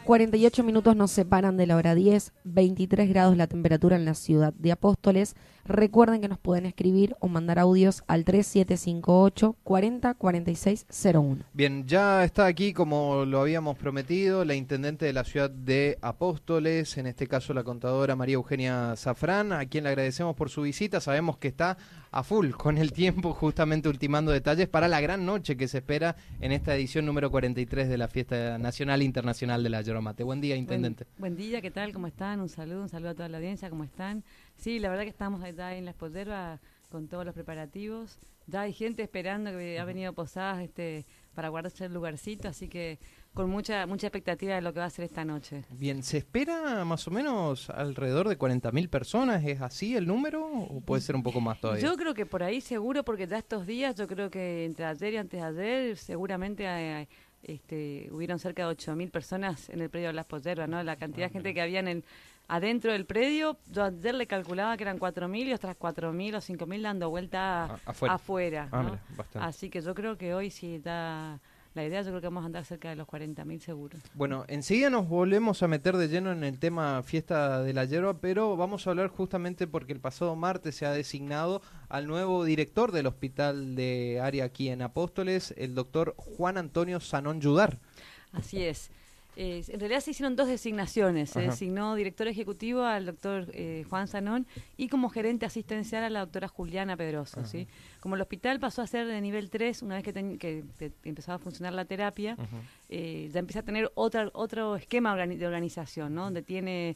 48 minutos nos separan de la hora 10, 23 grados la temperatura en la ciudad de Apóstoles. Recuerden que nos pueden escribir o mandar audios al 3758 40 46 01. Bien, ya está aquí, como lo habíamos prometido, la intendente de la ciudad de Apóstoles, en este caso la contadora María Eugenia Zafrán, a quien le agradecemos por su visita. Sabemos que está a full con el tiempo, justamente ultimando detalles para la gran noche que se espera en esta edición número 43 de la Fiesta Nacional e Internacional de la Yerba Mate. Buen día, intendente. Buen día, ¿qué tal? ¿Cómo están? Un saludo a toda la audiencia, ¿cómo están? Sí, la verdad que estamos allá en la Espollerba con todos los preparativos. Ya hay gente esperando que ha venido posadas para guardarse el lugarcito, así que con mucha expectativa de lo que va a ser esta noche. Bien, ¿se espera más o menos alrededor de 40.000 personas? ¿Es así el número o puede ser un poco más todavía? Yo creo que por ahí seguro, porque ya estos días, yo creo que entre ayer y antes de ayer, seguramente hubieron cerca de 8.000 personas en el predio de Las Pollerbas, ¿no? La cantidad de gente que había adentro del predio, yo ayer le calculaba que eran 4.000 y otras 4.000 o 5.000 dando vuelta afuera, ¿no? Mira, así que yo creo que hoy sí da la idea, yo creo que vamos a andar cerca de los 40.000 seguros. Bueno, enseguida nos volvemos a meter de lleno en el tema Fiesta de la Yerba, pero vamos a hablar justamente porque el pasado martes se ha designado al nuevo director del hospital de área aquí en Apóstoles, el doctor Juan Antonio Zanón Yudar. Así es. En realidad se hicieron 2 designaciones. Se designó director ejecutivo al doctor Juan Zanón y como gerente asistencial a la doctora Juliana Pedroso. ¿Sí? Como el hospital pasó a ser de nivel 3, una vez que empezaba a funcionar la terapia, ya empieza a tener otro esquema de organización, ¿no? Donde tiene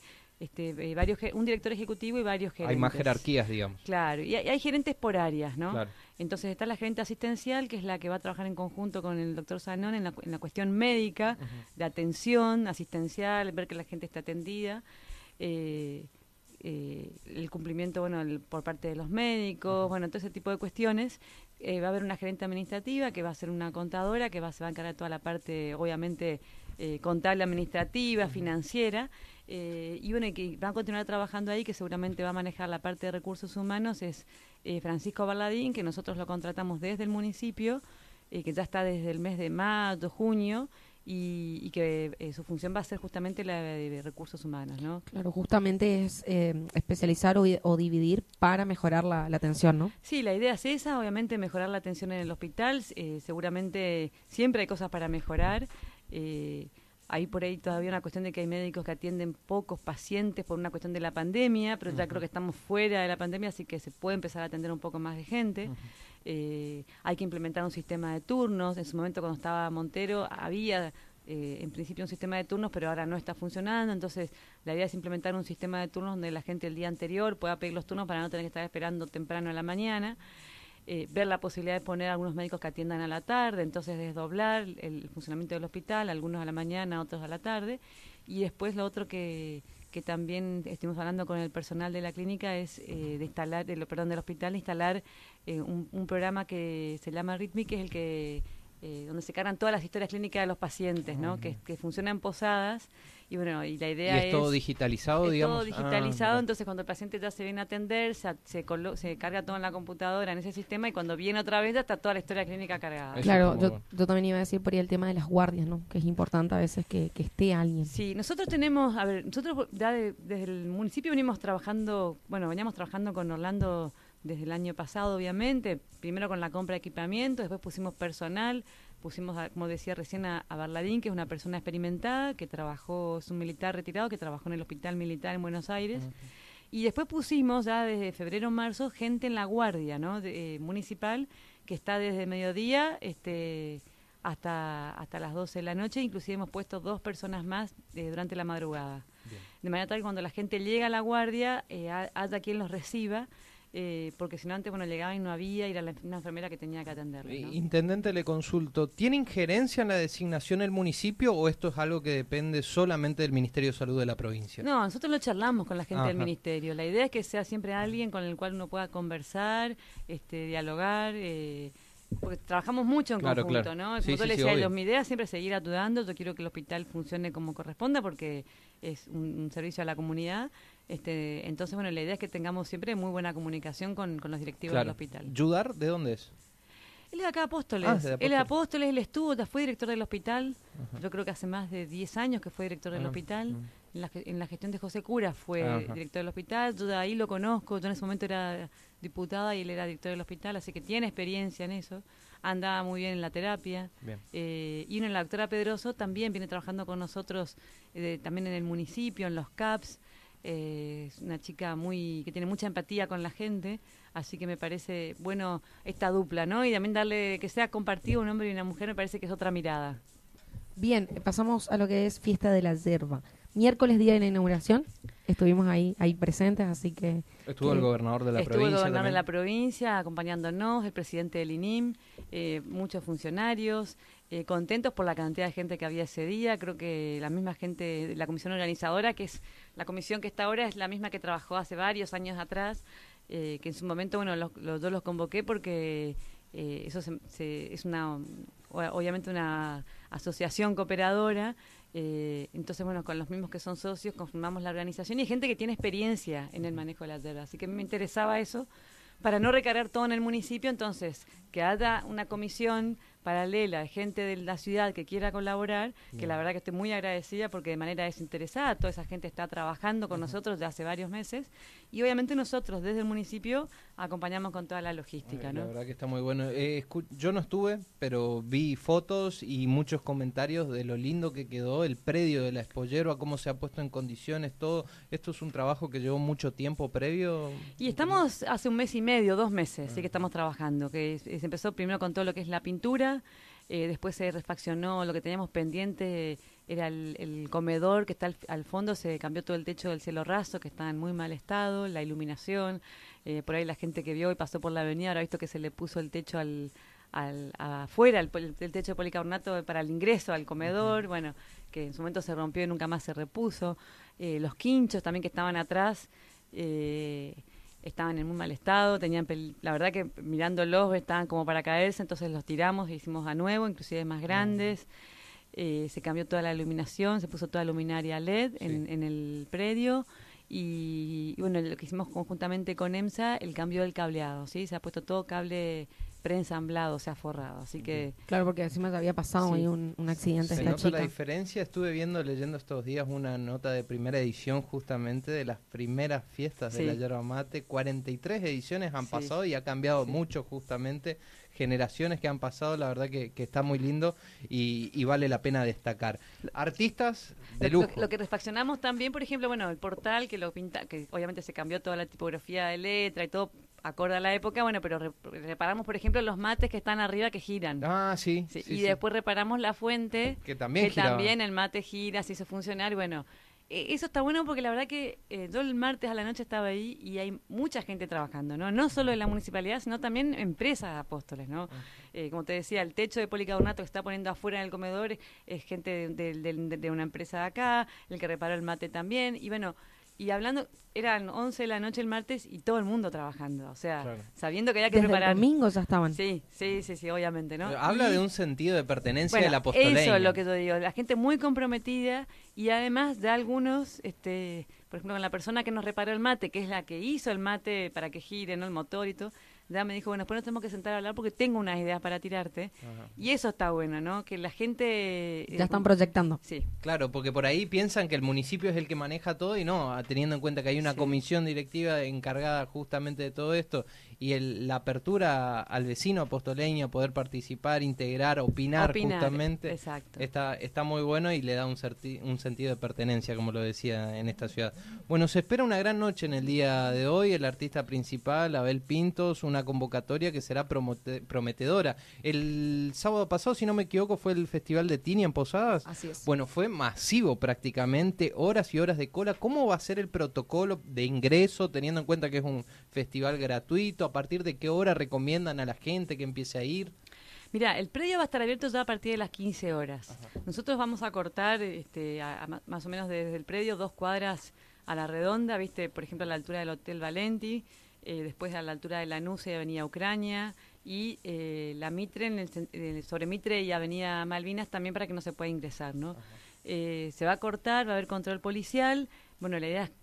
un director ejecutivo y varios gerentes. Hay más jerarquías, digamos. Claro, y hay gerentes por áreas, ¿no? Claro. Entonces está la gerente asistencial, que es la que va a trabajar en conjunto con el doctor Zanón en la cuestión médica, de atención asistencial, ver que la gente está atendida, el cumplimiento, por parte de los médicos, todo ese tipo de cuestiones. Va a haber una gerente administrativa que va a ser una contadora que se va a encargar de toda la parte, obviamente, contable, administrativa, financiera. Y que va a continuar trabajando ahí, que seguramente va a manejar la parte de recursos humanos, es Francisco Balladín, que nosotros lo contratamos desde el municipio, que ya está desde el mes de mayo, junio, y que su función va a ser justamente la de recursos humanos, ¿no? Claro, justamente es especializar o dividir para mejorar la atención, ¿no? Sí, la idea es esa, obviamente mejorar la atención en el hospital, seguramente siempre hay cosas para mejorar. Hay por ahí todavía una cuestión de que hay médicos que atienden pocos pacientes por una cuestión de la pandemia, pero ya creo que estamos fuera de la pandemia, así que se puede empezar a atender un poco más de gente. Hay que implementar un sistema de turnos. En su momento, cuando estaba Montero, había en principio un sistema de turnos, pero ahora no está funcionando. Entonces, la idea es implementar un sistema de turnos donde la gente el día anterior pueda pedir los turnos para no tener que estar esperando temprano en la mañana. Ver la posibilidad de poner algunos médicos que atiendan a la tarde, entonces desdoblar el funcionamiento del hospital, algunos a la mañana, otros a la tarde. Y después lo otro que también estuvimos hablando con el personal de la clínica es del hospital, instalar un programa que se llama Rhythmic, que es el que donde se cargan todas las historias clínicas de los pacientes, ¿no? Que funciona en posadas. Y y la idea es... ¿Y es todo digitalizado, digamos? Todo digitalizado, entonces cuando el paciente ya se viene a atender, se carga todo en la computadora, en ese sistema, y cuando viene otra vez ya está toda la historia clínica cargada. Claro, yo también iba a decir por ahí el tema de las guardias, ¿no? Que es importante a veces que esté alguien. Sí, nosotros ya desde el municipio veníamos trabajando con Orlando desde el año pasado, obviamente, primero con la compra de equipamiento, después pusimos personal, como decía recién, a Barladín, que es una persona experimentada, que es un militar retirado, que trabajó en el Hospital Militar en Buenos Aires, y después pusimos ya desde febrero o marzo gente en la guardia, ¿no? Municipal, que está desde mediodía hasta las 12 de la noche, inclusive hemos puesto 2 personas más durante la madrugada. Bien. De manera tal que cuando la gente llega a la guardia, haya quien los reciba, porque si no antes llegaban y no había, y era una enfermera que tenía que atenderlos, ¿no? Intendente, le consulto, ¿tiene injerencia en la designación el municipio o esto es algo que depende solamente del Ministerio de Salud de la provincia? No, nosotros lo charlamos con la gente del ministerio. La idea es que sea siempre alguien con el cual uno pueda conversar, dialogar, porque trabajamos mucho en conjunto, ¿no? Como yo le decía, mi idea es siempre seguir ayudando. Yo quiero que el hospital funcione como corresponda porque es un servicio a la comunidad. Entonces, la idea es que tengamos siempre muy buena comunicación con los directivos del hospital. ¿Yudar de dónde es? Él es de acá de Apóstoles. Ah, de Él es de Apóstoles, él estuvo, fue director del hospital. Ajá. Yo creo que hace más de 10 años que fue director del hospital. En la gestión de José Cura fue director del hospital. Yo de ahí lo conozco. Yo en ese momento era diputada y él era director del hospital, así que tiene experiencia en eso. Andaba muy bien en la terapia. Y la doctora Pedroso también viene trabajando con nosotros, también en el municipio, en los CAPS. Es una chica que tiene mucha empatía con la gente, así que me parece bueno esta dupla, ¿no? Y también darle que sea compartido un hombre y una mujer, me parece que es otra mirada. Bien, pasamos a lo que es Fiesta de la Yerba. Miércoles, día de la inauguración, estuvimos ahí presentes, así que... Estuvo el gobernador de la provincia. Estuvo el gobernador también de la provincia acompañándonos, el presidente del INIM, muchos funcionarios, contentos por la cantidad de gente que había ese día. Creo que la misma gente de la comisión organizadora, que es la comisión que está ahora, es la misma que trabajó hace varios años atrás, que en su momento, bueno, yo los convoqué porque eso es obviamente una asociación cooperadora. Entonces, bueno, con los mismos que son socios conformamos la organización y hay gente que tiene experiencia en el manejo de la yerba, así que me interesaba eso para no recargar todo en el municipio. Entonces, que haya una comisión paralela de gente de la ciudad que quiera colaborar, que la verdad que estoy muy agradecida porque de manera desinteresada toda esa gente está trabajando con nosotros ya hace varios meses y obviamente nosotros desde el municipio acompañamos con toda la logística, ¿no? La verdad que está muy bueno. Yo no estuve, pero vi fotos y muchos comentarios de lo lindo que quedó el predio de la Expo Yerba, cómo se ha puesto en condiciones, todo. Esto es un trabajo que llevó mucho tiempo previo. Y estamos hace 1 mes y medio, 2 meses, sí que estamos trabajando, que se empezó primero con todo lo que es la pintura, después se refaccionó lo que teníamos pendiente, era el comedor que está al fondo, se cambió todo el techo del cielo raso, que está en muy mal estado, la iluminación, por ahí la gente que vio y pasó por la avenida habrá visto que se le puso el techo afuera, el techo de policarbonato para el ingreso al comedor, bueno, que en su momento se rompió y nunca más se repuso, los quinchos también que estaban atrás, estaban en muy mal estado, la verdad que mirándolos estaban como para caerse, entonces los tiramos e hicimos a nuevo, inclusive más grandes. Se cambió toda la iluminación, se puso toda luminaria LED en el predio y bueno, lo que hicimos conjuntamente con EMSA, el cambio del cableado, ¿sí? Se ha puesto todo cable preensamblado, se ha forrado, así que... Claro, porque encima ya había pasado ahí un accidente Se esta nota chica. la diferencia. Estuve leyendo estos días una nota de primera edición justamente de las primeras fiestas de la yerba mate. 43 ediciones han pasado y ha cambiado mucho justamente. Generaciones que han pasado, la verdad que está muy lindo y vale la pena destacar. Artistas de lujo. Lo que refaccionamos también, por ejemplo, bueno, el portal que que obviamente se cambió toda la tipografía de letra y todo acorde a la época, bueno, pero reparamos, por ejemplo, los mates que están arriba que giran. Ah, sí. Y después reparamos la fuente, que también el mate gira, se hizo funcionar, y bueno, eso está bueno porque la verdad que yo el martes a la noche estaba ahí y hay mucha gente trabajando, ¿no? No solo en la municipalidad, sino también empresas de Apóstoles, ¿no? Como te decía, el techo de policarbonato que está poniendo afuera en el comedor es gente de una empresa de acá, el que reparó el mate también, y bueno... Y hablando, eran 11 de la noche el martes y todo el mundo trabajando, o sea, sabiendo que había que preparar. El domingo ya estaban. Sí, obviamente, ¿no? Habla de un sentido de pertenencia del apostoleño. Eso es lo que yo digo, la gente muy comprometida y además de algunos, por ejemplo, con la persona que nos reparó el mate, que es la que hizo el mate para que gire, ¿no? El motor y todo, ya me dijo, bueno, después nos tenemos que sentar a hablar porque tengo unas ideas para tirarte. Y eso está bueno, ¿no? Que la gente... ya están proyectando. Sí. Claro, porque por ahí piensan que el municipio es el que maneja todo y no, teniendo en cuenta que hay una comisión directiva encargada justamente de todo esto y la apertura al vecino apostoleño, poder participar, integrar, opinar justamente, exacto. Está muy bueno y le da un sentido de pertenencia, como lo decía, en esta ciudad. Bueno, se espera una gran noche en el día de hoy, el artista principal, Abel Pintos, una convocatoria que será prometedora. El sábado pasado, si no me equivoco, fue el Festival de Tini en Posadas. Así es. Bueno, fue masivo prácticamente, horas y horas de cola. ¿Cómo va a ser el protocolo de ingreso, teniendo en cuenta que es un festival gratuito? ¿A partir de qué hora recomiendan a la gente que empiece a ir? Mira, el predio va a estar abierto ya a partir de las 15 horas. Ajá. Nosotros vamos a cortar más o menos desde el predio 2 cuadras a la redonda, ¿viste? Por ejemplo, a la altura del Hotel Valenti, después a la altura de Lanús y Avenida Ucrania, y la Mitre, sobre Mitre y Avenida Malvinas también para que no se pueda ingresar, ¿no? Se va a cortar, va a haber control policial. Bueno, la idea es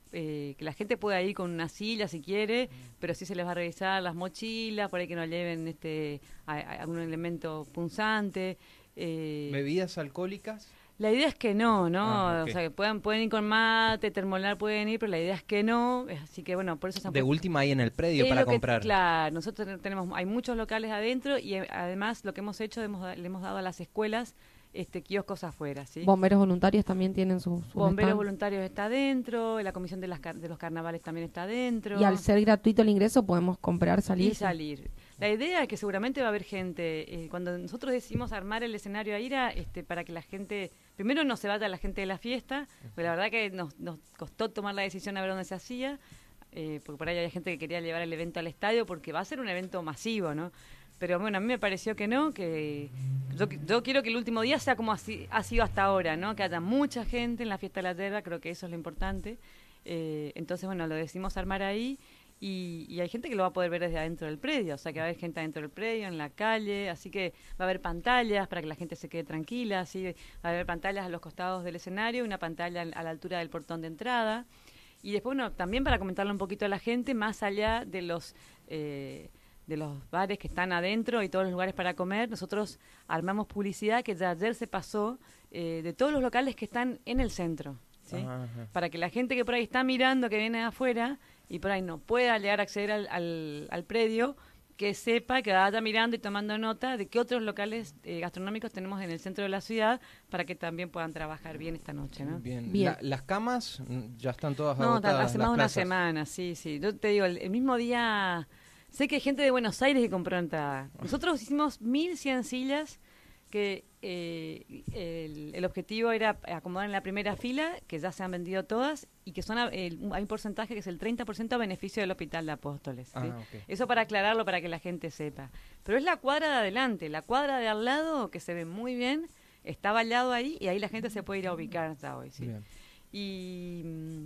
que la gente pueda ir con una silla si quiere, pero sí se les va a revisar las mochilas, por ahí que no lleven algún elemento punzante. ¿Bebidas alcohólicas? La idea es que no, Ah, ok. O sea, que pueden ir con mate, termolar pueden ir, pero la idea es que no, así que bueno, por eso se han De puesto- última ahí en el predio Es para lo que- comprar. Claro, nosotros hay muchos locales adentro y además lo que hemos hecho, le hemos dado a las escuelas kioscos afuera, ¿sí? Bomberos voluntarios también tienen sus Bomberos stand. voluntarios está adentro, la comisión de los carnavales también está adentro. Y al ser gratuito el ingreso podemos comprar, salir. Y salir. La idea es que seguramente va a haber gente, cuando nosotros decidimos armar el escenario ahí era para que la gente, primero no se vaya la gente de la fiesta, porque la verdad que nos costó tomar la decisión a ver dónde se hacía, porque por ahí había gente que quería llevar el evento al estadio porque va a ser un evento masivo, ¿no? Pero bueno, a mí me pareció que no, que yo quiero que el último día sea como así ha sido hasta ahora, ¿no? Que haya mucha gente en la fiesta de la tierra, creo que eso es lo importante. Entonces, bueno, lo decidimos armar ahí y hay gente que lo va a poder ver desde adentro del predio, o sea que va a haber gente adentro del predio, en la calle, así que va a haber pantallas para que la gente se quede tranquila, ¿sí? Va a haber pantallas a los costados del escenario, una pantalla a la altura del portón de entrada. Y después, bueno, también para comentarle un poquito a la gente, más allá de los bares que están adentro y todos los lugares para comer, nosotros armamos publicidad que ya ayer se pasó de todos los locales que están en el centro, ¿sí? Ajá. Para que la gente que por ahí está mirando, que viene de afuera y por ahí no pueda llegar a acceder al predio, que sepa, que vaya mirando y tomando nota de qué otros locales gastronómicos tenemos en el centro de la ciudad para que también puedan trabajar bien esta noche, ¿no? Bien. Bien. Las camas ya están todas No, agotadas. hace las más de una plazas. semana, sí. Yo te digo, el mismo día, sé que hay gente de Buenos Aires que compró entrada. Nosotros hicimos 1.100 sillas, que el objetivo era acomodar en la primera fila, que ya se han vendido todas, y que hay un porcentaje que es el 30% a beneficio del Hospital de Apóstoles, ¿sí? Ok. Eso para aclararlo, para que la gente sepa. Pero es la cuadra de adelante, la cuadra de al lado, que se ve muy bien, está vallado ahí, y ahí la gente se puede ir a ubicar hasta hoy, ¿sí? Bien. Y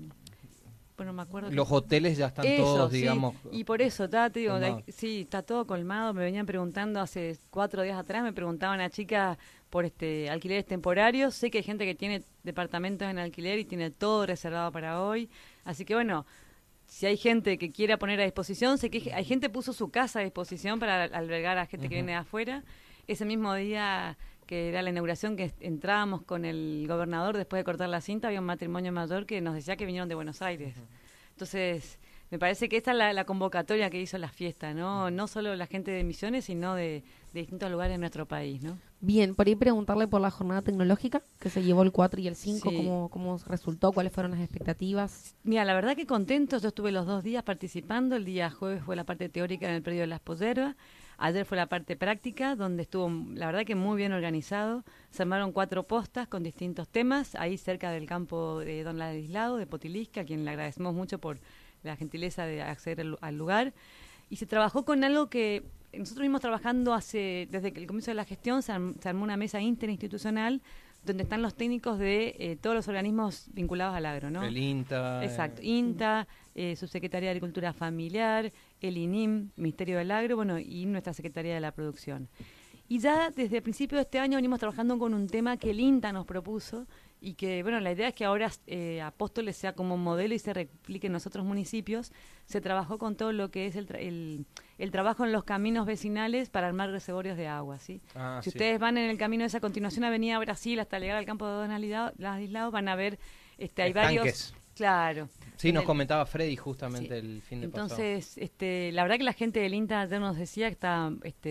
bueno, me acuerdo Los hoteles ya están todos, sí. digamos. Y por eso, te digo, colmados. sí, está todo colmado. Me venían preguntando hace 4 días atrás, me preguntaban a chicas por alquileres temporarios. Sé que hay gente que tiene departamentos en alquiler y tiene todo reservado para hoy. Así que bueno, si hay gente que quiera poner a disposición, sé que hay gente que puso su casa a disposición para albergar a gente que viene de afuera. Ese mismo día que era la inauguración, que entrábamos con el gobernador después de cortar la cinta, había un matrimonio mayor que nos decía que vinieron de Buenos Aires. Entonces, me parece que esta es la convocatoria que hizo la fiesta, ¿no? No solo la gente de Misiones, sino de distintos lugares de nuestro país, ¿no? Bien, por ahí preguntarle por la jornada tecnológica que se llevó el 4 y el 5, Sí. cómo resultó, cuáles fueron las expectatativas. Mira, la verdad que contentos, yo estuve los 2 días participando, el día jueves fue la parte teórica en el predio de Las Poyerbas, ayer fue la parte práctica, donde estuvo, la verdad que muy bien organizado, se armaron 4 postas con distintos temas, ahí cerca del campo de Don Ladislao, de Potilisca, a quien le agradecemos mucho por la gentileza de acceder al lugar, y se trabajó con algo que nosotros venimos trabajando desde el comienzo de la gestión, se armó una mesa interinstitucional donde están los técnicos de todos los organismos vinculados al agro, ¿no? El INTA. Exacto, INTA, Subsecretaría de Agricultura Familiar, el INIM, Ministerio del Agro, bueno, y nuestra Secretaría de la Producción. Y ya desde el principio de este año venimos trabajando con un tema que el INTA nos propuso y que, bueno, la idea es que ahora Apóstoles sea como modelo y se replique en los otros municipios. Se trabajó con todo lo que es el trabajo en los caminos vecinales para armar reservorios de agua, ¿sí? Si Sí. ustedes van en el camino de esa continuación Avenida Brasil hasta llegar al campo de Don Ladislao, van a ver, hay varios... Estanques. Claro. Sí, En nos el- comentaba Freddy justamente Sí. el fin de pasado. Entonces, la verdad que la gente del INTA ayer nos decía que está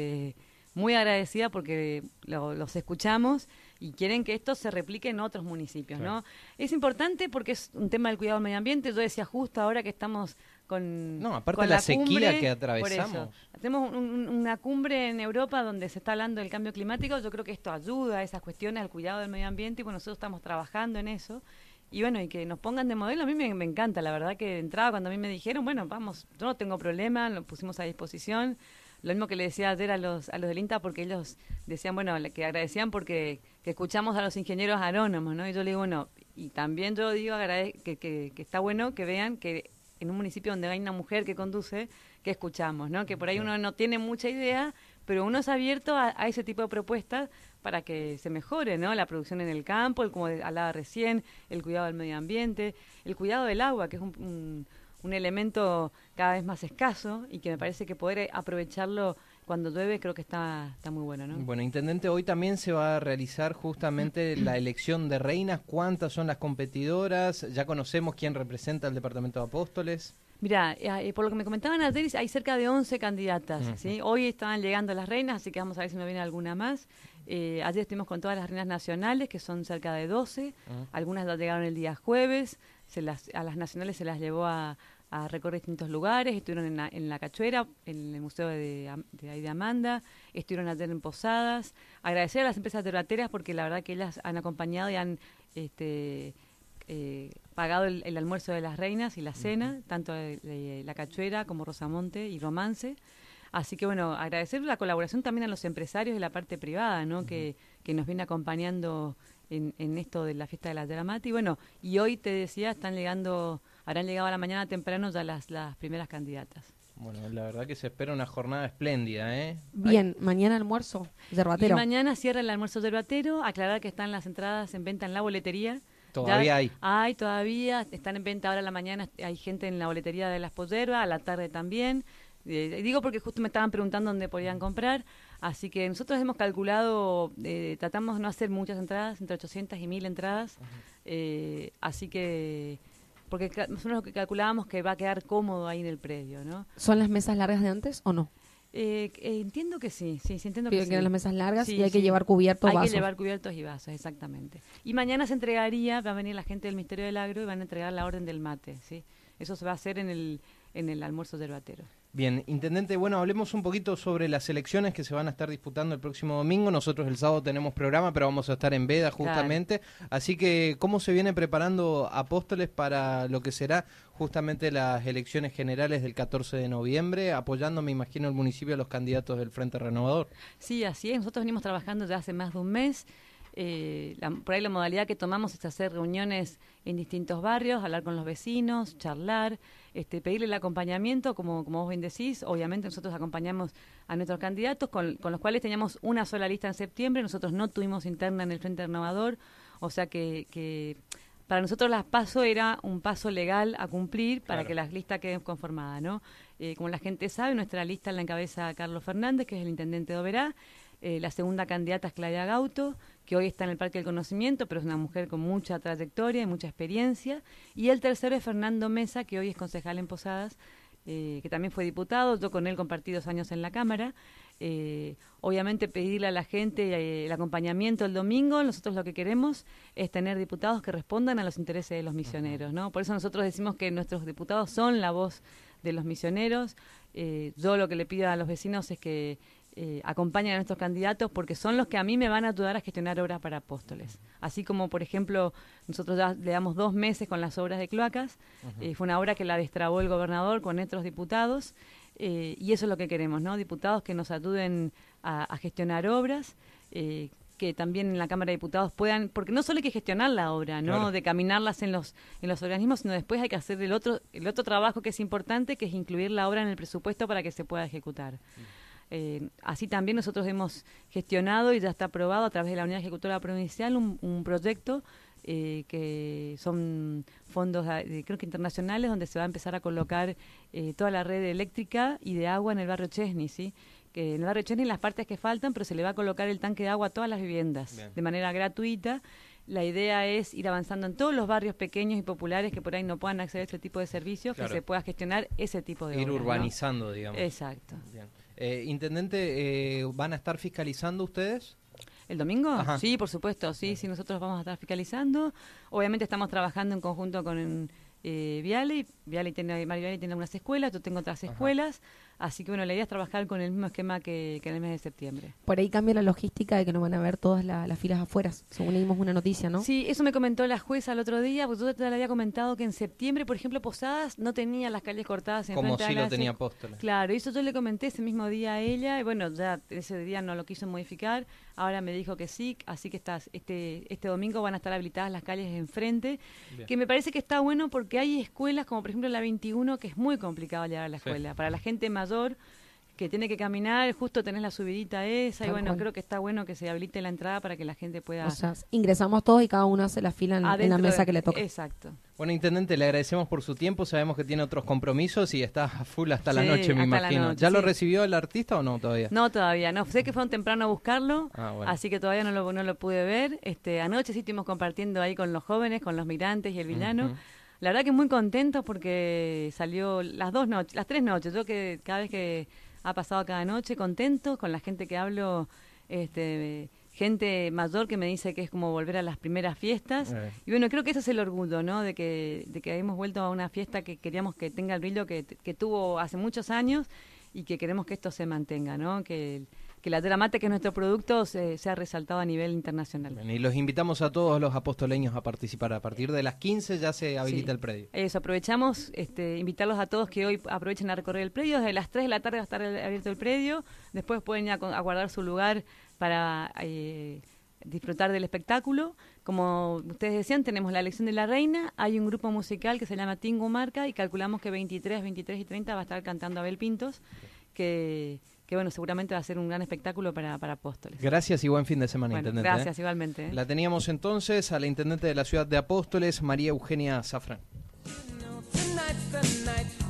muy agradecida porque los escuchamos y quieren que esto se replique en otros municipios, Claro. ¿no? Es importante porque es un tema del cuidado del medio ambiente. Yo decía justo ahora que estamos con No, aparte con la sequía cumbre, que por atravesamos. eso. Hacemos una cumbre en Europa donde se está hablando del cambio climático. Yo creo que esto ayuda a esas cuestiones, al cuidado del medio ambiente, y bueno, nosotros estamos trabajando en eso. Y bueno, y que nos pongan de modelo, a mí me encanta, la verdad que de entrada cuando a mí me dijeron, bueno, vamos, yo no tengo problema, lo pusimos a disposición. Lo mismo que le decía ayer a los del INTA, porque ellos decían, bueno, que agradecían porque que escuchamos a los ingenieros agrónomos, ¿no? Y yo le digo, bueno, y también yo digo que está bueno que vean que en un municipio donde hay una mujer que conduce, que escuchamos, ¿no? Que por ahí uno no tiene mucha idea, pero uno es abierto a ese tipo de propuestas para que se mejore, ¿no? La producción en el campo, como hablaba recién, el cuidado del medio ambiente, el cuidado del agua, que es un elemento cada vez más escaso y que me parece que poder aprovecharlo cuando llueve creo que está muy bueno, ¿no? Bueno, Intendente, hoy también se va a realizar justamente la elección de reinas. ¿Cuántas son las competidoras? Ya conocemos quién representa al Departamento de Apóstoles. Mira, por lo que me comentaban ayer, hay cerca de 11 candidatas, Ujú. ¿sí? Hoy estaban llegando las reinas, así que vamos a ver si nos viene alguna más. Ayer estuvimos con todas las reinas nacionales, que son cerca de 12. Algunas ya llegaron el día jueves. A las nacionales se las llevó a recorrer distintos lugares. Estuvieron en la Cachuera, en el Museo de ahí de Amanda. Estuvieron ayer en Posadas. Agradecer a las empresas terrateras porque la verdad que ellas han acompañado y han pagado el almuerzo de las reinas y la cena, tanto la Cachuera como Rosamonte y Romance. Así que bueno, agradecer la colaboración también a los empresarios de la parte privada, ¿no? Que nos viene acompañando en esto de la fiesta de la Yaramati. Y bueno, y hoy te decía, habrán llegado a la mañana temprano ya las primeras candidatas. Bueno, la verdad que se espera una jornada espléndida, ¿eh? Bien, mañana almuerzo, yerbatero. Y mañana cierra el almuerzo yerbatero. Aclarar que están las entradas en venta en la boletería. Todavía hay. Todavía. Están en venta ahora a la mañana. Hay gente en la boletería de las Pollerbas, a la tarde también. Digo porque justo me estaban preguntando dónde podían comprar. Así que nosotros hemos calculado, tratamos de no hacer muchas entradas, entre 800 y 1000 entradas. Así que, porque nosotros lo que calculábamos que va a quedar cómodo ahí en el predio, ¿no? ¿Son las mesas largas de antes o no? Entiendo que sí, entiendo Piden que que eran sí. las mesas largas Sí, y hay que llevar cubiertos, vasos. Hay vasos. que llevar cubiertos y vasos, exactamente. Y mañana se entregaría, va a venir la gente del Ministerio del Agro y van a entregar la orden del mate, ¿sí? Eso se va a hacer en el almuerzo yerbatero. Bien, Intendente, bueno, hablemos un poquito sobre las elecciones que se van a estar disputando el próximo domingo. Nosotros el sábado tenemos programa, pero vamos a estar en veda justamente. Claro. Así que, ¿cómo se viene preparando Apóstoles para lo que será justamente las elecciones generales del 14 de noviembre? Apoyando, me imagino, el municipio a los candidatos del Frente Renovador. Sí, así es. Nosotros venimos trabajando ya hace más de un mes. Por ahí la modalidad que tomamos es hacer reuniones en distintos barrios, hablar con los vecinos, charlar, pedirle el acompañamiento, como vos bien decís. Obviamente nosotros acompañamos a nuestros candidatos, con los cuales teníamos una sola lista en septiembre. Nosotros no tuvimos interna en el Frente Renovador, o sea que para nosotros las PASO era un paso legal a cumplir para Claro. que las listas queden conformadas, ¿no? Como la gente sabe, nuestra lista la encabeza Carlos Fernández, que es el intendente de Oberá. La segunda candidata es Claudia Gauto, que hoy está en el Parque del Conocimiento, pero es una mujer con mucha trayectoria y mucha experiencia. Y el tercero es Fernando Mesa, que hoy es concejal en Posadas, que también fue diputado. Yo con él compartí 2 años en la Cámara. Obviamente pedirle a la gente el acompañamiento el domingo. Nosotros lo que queremos es tener diputados que respondan a los intereses de los misioneros, ¿no? Por eso nosotros decimos que nuestros diputados son la voz de los misioneros. Yo lo que le pido a los vecinos es que acompañen a nuestros candidatos porque son los que a mí me van a ayudar a gestionar obras para Apóstoles. Así como, por ejemplo, nosotros ya le damos 2 meses con las obras de cloacas. Fue una obra que la destrabó el gobernador con otros diputados. Y eso es lo que queremos, ¿no? Diputados que nos ayuden a gestionar obras, que también en la Cámara de Diputados puedan, porque no solo hay que gestionar la obra, ¿no? Claro. De caminarlas en los organismos, sino después hay que hacer el otro trabajo que es importante, que es incluir la obra en el presupuesto para que se pueda ejecutar. Así también nosotros hemos gestionado y ya está aprobado a través de la Unidad Ejecutora Provincial un proyecto que son fondos creo que internacionales, donde se va a empezar a colocar toda la red eléctrica y de agua en el barrio Chesney, ¿sí? Que en el barrio Chesney las partes que faltan, pero se le va a colocar el tanque de agua a todas las viviendas. Bien. De manera gratuita. La idea es ir avanzando en todos los barrios pequeños y populares que por ahí no puedan acceder a este tipo de servicios, claro, que se pueda gestionar ese tipo de ir obras, urbanizando, ¿no? Digamos. Exacto. Bien. Intendente, ¿van a estar fiscalizando ustedes? ¿El domingo? Ajá. Sí, por supuesto, sí, nosotros vamos a estar fiscalizando. Obviamente estamos trabajando en conjunto con Mario Viale tiene unas escuelas, yo tengo otras escuelas, así que bueno, la idea es trabajar con el mismo esquema que en el mes de septiembre. Por ahí cambia la logística de que no van a ver todas las filas afuera, según leímos una noticia, ¿no? Sí, eso me comentó la jueza el otro día, porque yo te le había comentado que en septiembre, por ejemplo, Posadas no tenía las calles cortadas en como frente si a lo tenía Apóstoles. Claro, y eso yo le comenté ese mismo día a ella, y bueno, ya ese día no lo quiso modificar, ahora me dijo que sí, así que este domingo van a estar habilitadas las calles enfrente, bien, que me parece que está bueno porque hay escuelas como por ejemplo la 21 que es muy complicado llegar a la escuela, sí, para la gente mayor que tiene que caminar, justo tenés la subidita esa, Tal y bueno, cual. creo que está bueno que se habilite la entrada para que la gente pueda... O sea, ingresamos todos y cada uno hace la fila en la adentro mesa que le toca. Exacto. Bueno, intendente, le agradecemos por su tiempo. Sabemos que tiene otros compromisos y está a full hasta la Sí, noche, me hasta la imagino. noche, ¿Ya lo sí. recibió el artista o no todavía? No, todavía no. Sé que fueron temprano a buscarlo, Bueno. así que todavía no lo pude ver. Anoche sí estuvimos compartiendo ahí con los jóvenes, con los migrantes y el villano. Ujú. La verdad que muy contentos porque salió las 3 noches. Yo que cada vez que ha pasado cada noche, contentos con la gente que hablo, gente mayor que me dice que es como volver a las primeras fiestas. Y bueno, creo que ese es el orgullo, ¿no? De que hemos vuelto a una fiesta que queríamos que tenga el brillo que tuvo hace muchos años y que queremos que esto se mantenga, ¿no? Que la Yerba Mate, que es nuestro producto, sea resaltado a nivel internacional. Bien, y los invitamos a todos los apostoleños a participar. A partir de las 15 ya se habilita el predio. Eso, aprovechamos, invitarlos a todos que hoy aprovechen a recorrer el predio. Desde las 3 de la tarde va a estar abierto el predio. Después pueden ir a guardar su lugar para disfrutar del espectáculo. Como ustedes decían, tenemos la elección de la reina. Hay un grupo musical que se llama Tingo Marca y calculamos que 23 y 30 va a estar cantando Abel Pintos, que bueno, seguramente va a ser un gran espectáculo para Apóstoles. Gracias y buen fin de semana, Bueno, intendente. gracias, igualmente. La teníamos entonces a la intendente de la ciudad de Apóstoles, María Eugenia Zafrán. Tonight's the night.